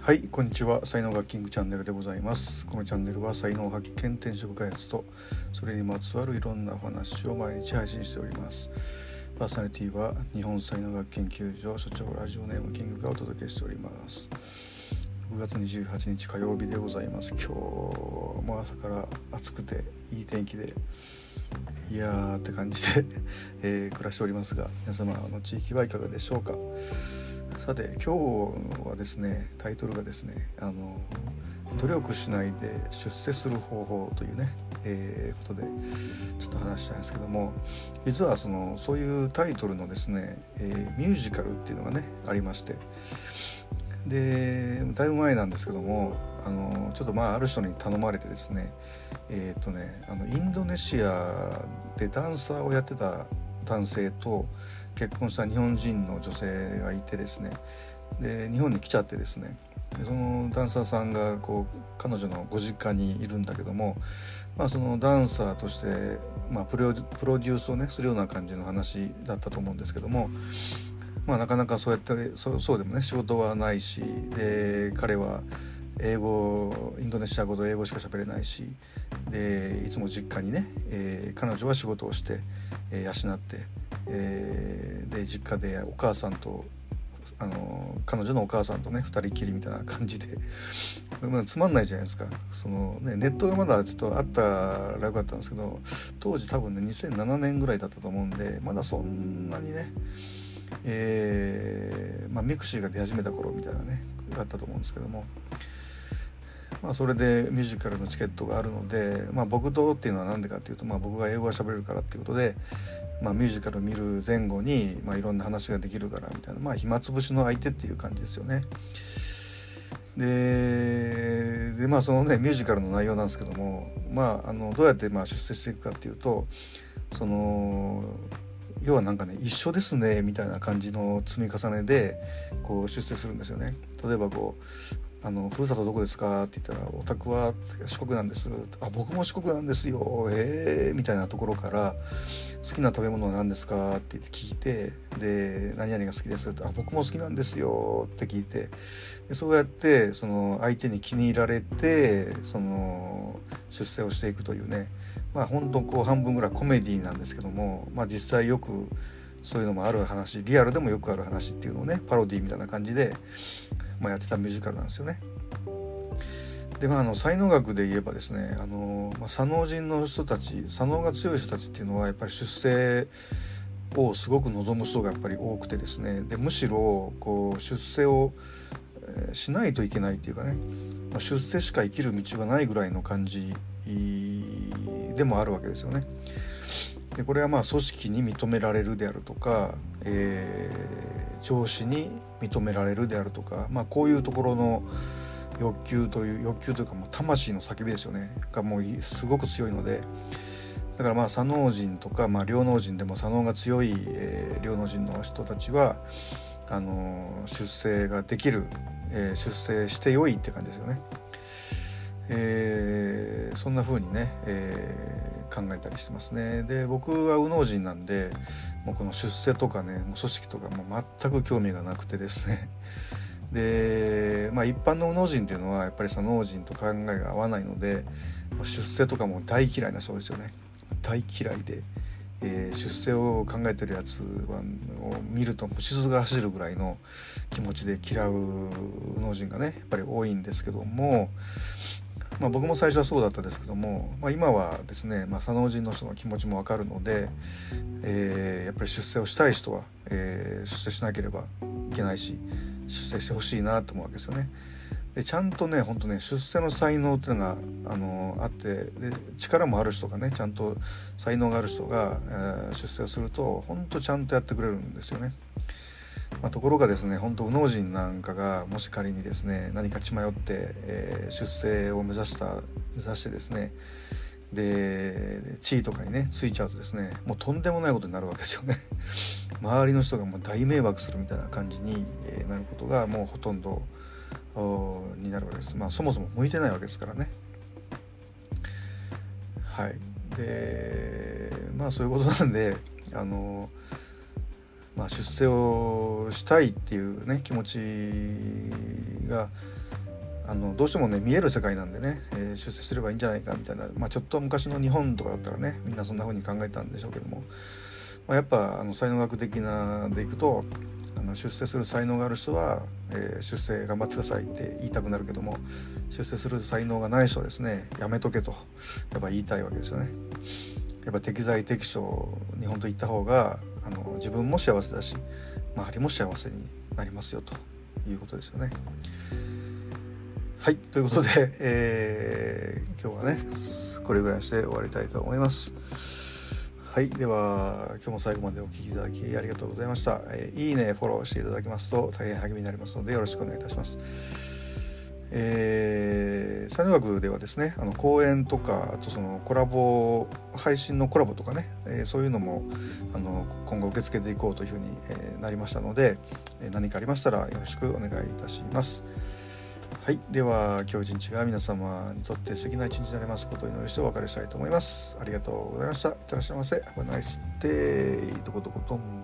はい、こんにちは。才能学キングチャンネルでございます。このチャンネルは才能発見、転職開発とそれにまつわるいろんなお話を毎日配信しております。パーソナリティは日本才能学研究所所長ラジオネームキングがお届けしております。6月28日火曜日でございます。今日も朝から暑くていい天気でいやーって感じで、暮らしておりますが、皆様の地域はいかがでしょうか。さて今日はですね、タイトルがですね、努力しないで出世する方法というね、ことでちょっと話したいんですけども、実はそういうタイトルのですね、ミュージカルっていうのがねありまして、でだいぶ前なんですけども、ちょっとある人に頼まれてですね、インドネシアでダンサーをやってた男性と結婚した日本人の女性がいてですね、で日本に来ちゃってですね、でそのダンサーさんが彼女のご実家にいるんだけども、そのダンサーとして、プロデュースをねするような感じの話だったと思うんですけども、なかなかそうやってそうでもね仕事はないし、で彼はインドネシア語と英語しか喋れないし、でいつも実家にね、彼女は仕事をして、養って、で実家でお母さんと彼女のお母さんとね2人きりみたいな感じでつまんないじゃないですか。ネットがまだちょっとあったらよかったんですけど、当時多分ね2007年ぐらいだったと思うんで、まだそんなにね、ミクシーが出始めた頃みたいなねだったと思うんですけども、それでミュージカルのチケットがあるので、僕とっていうのは何でかっていうと、僕が英語が喋れるからっていうことで、ミュージカルを見る前後に、いろんな話ができるからみたいな、暇つぶしの相手っていう感じですよね。でそのねミュージカルの内容なんですけども、どうやって出世していくかっていうと、要は一緒ですねみたいな感じの積み重ねで出世するんですよね。例えばふるさとどこですかって言ったら、お宅は四国なんです。僕も四国なんですよ。みたいなところから、好きな食べ物は何ですかって言って聞いて、で何々が好きですって、僕も好きなんですよって聞いて、でそうやって相手に気に入られて出世をしていくというね、本当半分ぐらいコメディなんですけども、実際よくそういうのもある話、リアルでもよくある話っていうのをねパロディみたいな感じでやってたミュージカルなんですよね。で才能学で言えばですね、左脳人の人たち、左脳が強い人たちっていうのはやっぱり出世をすごく望む人がやっぱり多くてですね、でむしろ出世をしないといけないっていうかね、出世しか生きる道がないぐらいの感じでもあるわけですよね。でこれは組織に認められるであるとか、上司に認められるであるとか、こういうところの欲求というかもう魂の叫びですよねがもうすごく強いので、だから左脳人とか、両脳人でも左脳が強い、両脳人の人たちは出世ができる、出世してよいって感じですよね。そんな風にね、考えたりしてますね。で僕は右脳人なんで、もうこの出世とかねもう組織とかも全く興味がなくてですね、で一般の右脳人っていうのはやっぱり左脳人と考えが合わないので、出世とかも大嫌いな人ですよね。大嫌いで、出世を考えてるやつを見るとしずが走るぐらいの気持ちで嫌う右脳人がねやっぱり多いんですけども、僕も最初はそうだったですけども、今はですね、左脳人の人の気持ちも分かるので、やっぱり出世をしたい人は、出世しなければいけないし、出世してほしいなと思うわけですよね。でちゃんとね本当ね出世の才能っていうのがあって、で力もある人がねちゃんと才能がある人が、出世をすると本当ちゃんとやってくれるんですよね。ところがですね、本当右脳人なんかがもし仮にですね何か血迷って、出世を目指してですね、で地位とかにねついちゃうとですね、もうとんでもないことになるわけですよね。周りの人がもう大迷惑するみたいな感じになることがもうほとんどになるわけです。そもそも向いてないわけですからね。はい。でそういうことなんで出世をしたいっていうね気持ちがどうしてもね見える世界なんでね、出世すればいいんじゃないかみたいな、ちょっと昔の日本とかだったらねみんなそんな風に考えたんでしょうけども、やっぱ才能学的なでいくと出世する才能がある人は、出世頑張ってくださいって言いたくなるけども、出世する才能がない人はですねやめとけとやっぱ言いたいわけですよね。やっぱ適材適所に本当言った方が自分も幸せだし周りも幸せになりますよということですよね。はい、ということで、今日はねこれぐらいにして終わりたいと思います。はい、では今日も最後までお聞きいただきありがとうございました。いいねフォローしていただけますと大変励みになりますのでよろしくお願いいたします。才能学ではですね講演とかあとそのコラボ配信のコラボとかね、そういうのも今後受け付けていこうというふうに、なりましたので、何かありましたらよろしくお願いいたします。はい、では今日一日が皆様にとって素敵な一日になりますことをお祈りしてお別れしたいと思います。ありがとうございました。いってらっしゃいませ。Have a nice day。どこどことん。